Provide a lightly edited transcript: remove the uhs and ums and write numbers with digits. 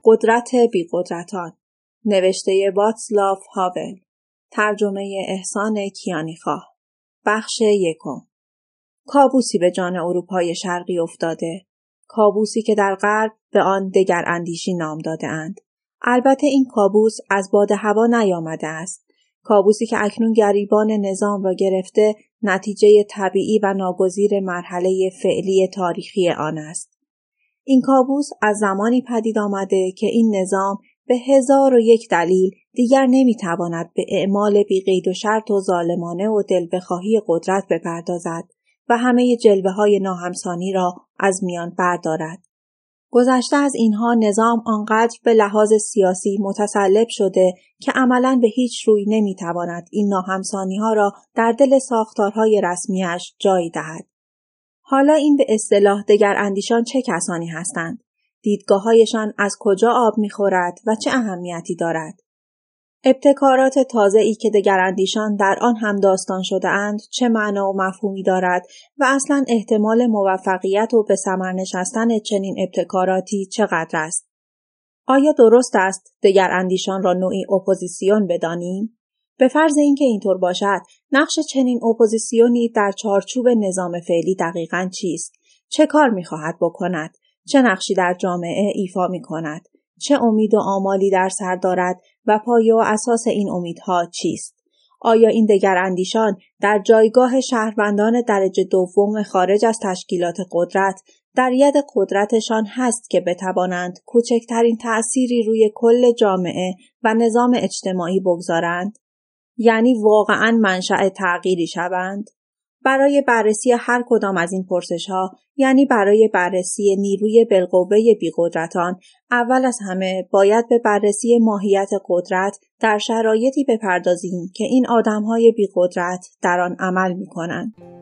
قدرت بی‌قدرتان، نوشته واتسلاو هاول، ترجمه احسان کیانیخواه. بخش یکم. کابوسی به جان اروپای شرقی افتاده، کابوسی که در غرب به آن دگراندیشی نام داده اند. البته این کابوس از باد هوا نیامده است، کابوسی که اکنون گریبان نظام را گرفته نتیجه طبیعی و ناگزیر مرحله فعلی تاریخی آن است. این کابوس از زمانی پدید آمده که این نظام به 1001 دلیل دیگر نمیتواند به اعمال بی‌قید و شرط و ظالمانه و دلبخواهی قدرت بپردازد و همه جلوه‌های ناهمسانی را از میان بردارد. گذشته از اینها نظام آنقدر به لحاظ سیاسی متسلب شده که عملاً به هیچ روی نمیتواند این ناهمسانی‌ها را در دل ساختارهای رسمیش جای دهد. حالا این به اصطلاح دگراندیشان چه کسانی هستند؟ دیدگاه‌هایشان از کجا آب می‌خورد و چه اهمیتی دارد؟ ابتکارات تازه‌ای که دگراندیشان در آن هم داستان شده‌اند چه معنا و مفهومی دارد و اصلاً احتمال موفقیت و به ثمر نشستن چنین ابتکاراتی چقدر است؟ آیا درست است دگراندیشان را نوعی اپوزیسیون بدانیم؟ به فرض اینکه اینطور باشد، نقش چنین اپوزیسیونی در چارچوب نظام فعلی دقیقاً چیست؟ چه کار می‌خواهد بکند؟ چه نقشی در جامعه ایفا می‌کند؟ چه امید و آمالی در سر دارد و پایه و اساس این امیدها چیست؟ آیا این دگراندیشان در جایگاه شهروندان درجه دوم خارج از تشکیلات قدرت در ید قدرتشان هست که بتوانند کوچکترین تأثیری روی کل جامعه و نظام اجتماعی بگذارند؟ یعنی واقعاً منشأ تغییری شوند؟ برای بررسی هر کدام از این پرسش‌ها، یعنی برای بررسی نیروی بالقوه بی‌قدرتان، اول از همه باید به بررسی ماهیت قدرت در شرایطی بپردازیم که این آدم‌های بی‌قدرت در آن عمل می‌کنند.